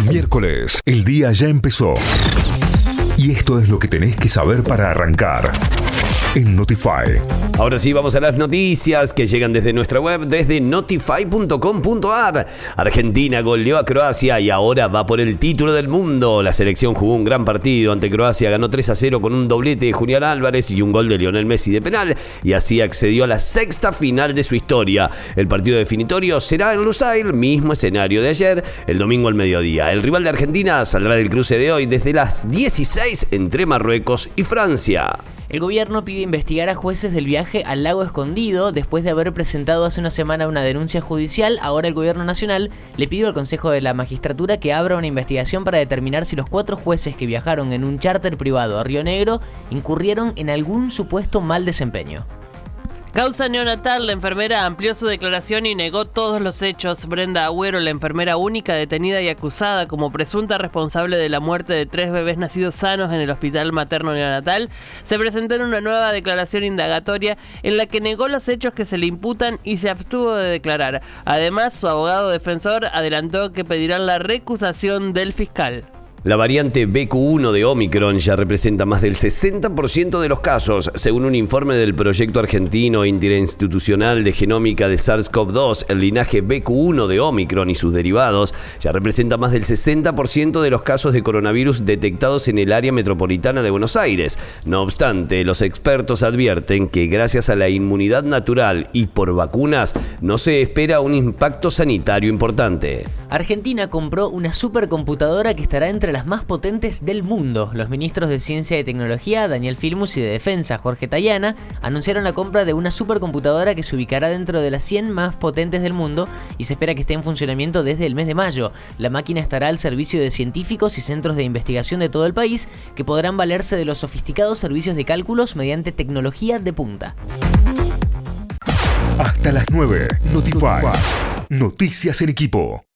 Miércoles, el día ya empezó. Y esto es lo que tenés que saber para arrancar en Notify. Ahora sí, vamos a las noticias que llegan desde nuestra web, desde notify.com.ar. Argentina goleó a Croacia y ahora va por el título del mundo. La selección jugó un gran partido ante Croacia, ganó 3-0 con un doblete de Julián Álvarez y un gol de Lionel Messi de penal, y así accedió a la sexta final de su historia. El partido definitorio será en Lusail, mismo escenario de ayer, el domingo al mediodía. El rival de Argentina saldrá del cruce de hoy desde las 16 entre Marruecos y Francia. El gobierno pide investigar a jueces del viaje al lago Escondido. Después de haber presentado hace una semana una denuncia judicial, ahora el gobierno nacional le pidió al Consejo de la Magistratura que abra una investigación para determinar si los 4 jueces que viajaron en un charter privado a Río Negro incurrieron en algún supuesto mal desempeño. Causa neonatal, la enfermera amplió su declaración y negó todos los hechos. Brenda Agüero, la enfermera única detenida y acusada como presunta responsable de la muerte de 3 bebés nacidos sanos en el hospital materno neonatal, se presentó en una nueva declaración indagatoria en la que negó los hechos que se le imputan y se abstuvo de declarar. Además, su abogado defensor adelantó que pedirán la recusación del fiscal. La variante BQ1 de Omicron ya representa más del 60% de los casos. Según un informe del Proyecto Argentino Interinstitucional de Genómica de SARS-CoV-2, el linaje BQ1 de Omicron y sus derivados ya representa más del 60% de los casos de coronavirus detectados en el área metropolitana de Buenos Aires. No obstante, los expertos advierten que gracias a la inmunidad natural y por vacunas, no se espera un impacto sanitario importante. Argentina compró una supercomputadora que estará entre las más potentes del mundo. Los ministros de Ciencia y Tecnología, Daniel Filmus, y de Defensa, Jorge Tayana, anunciaron la compra de una supercomputadora que se ubicará dentro de las 100 más potentes del mundo y se espera que esté en funcionamiento desde el mes de mayo. La máquina estará al servicio de científicos y centros de investigación de todo el país que podrán valerse de los sofisticados servicios de cálculos mediante tecnología de punta. Hasta las 9, Notify. Noticias en equipo.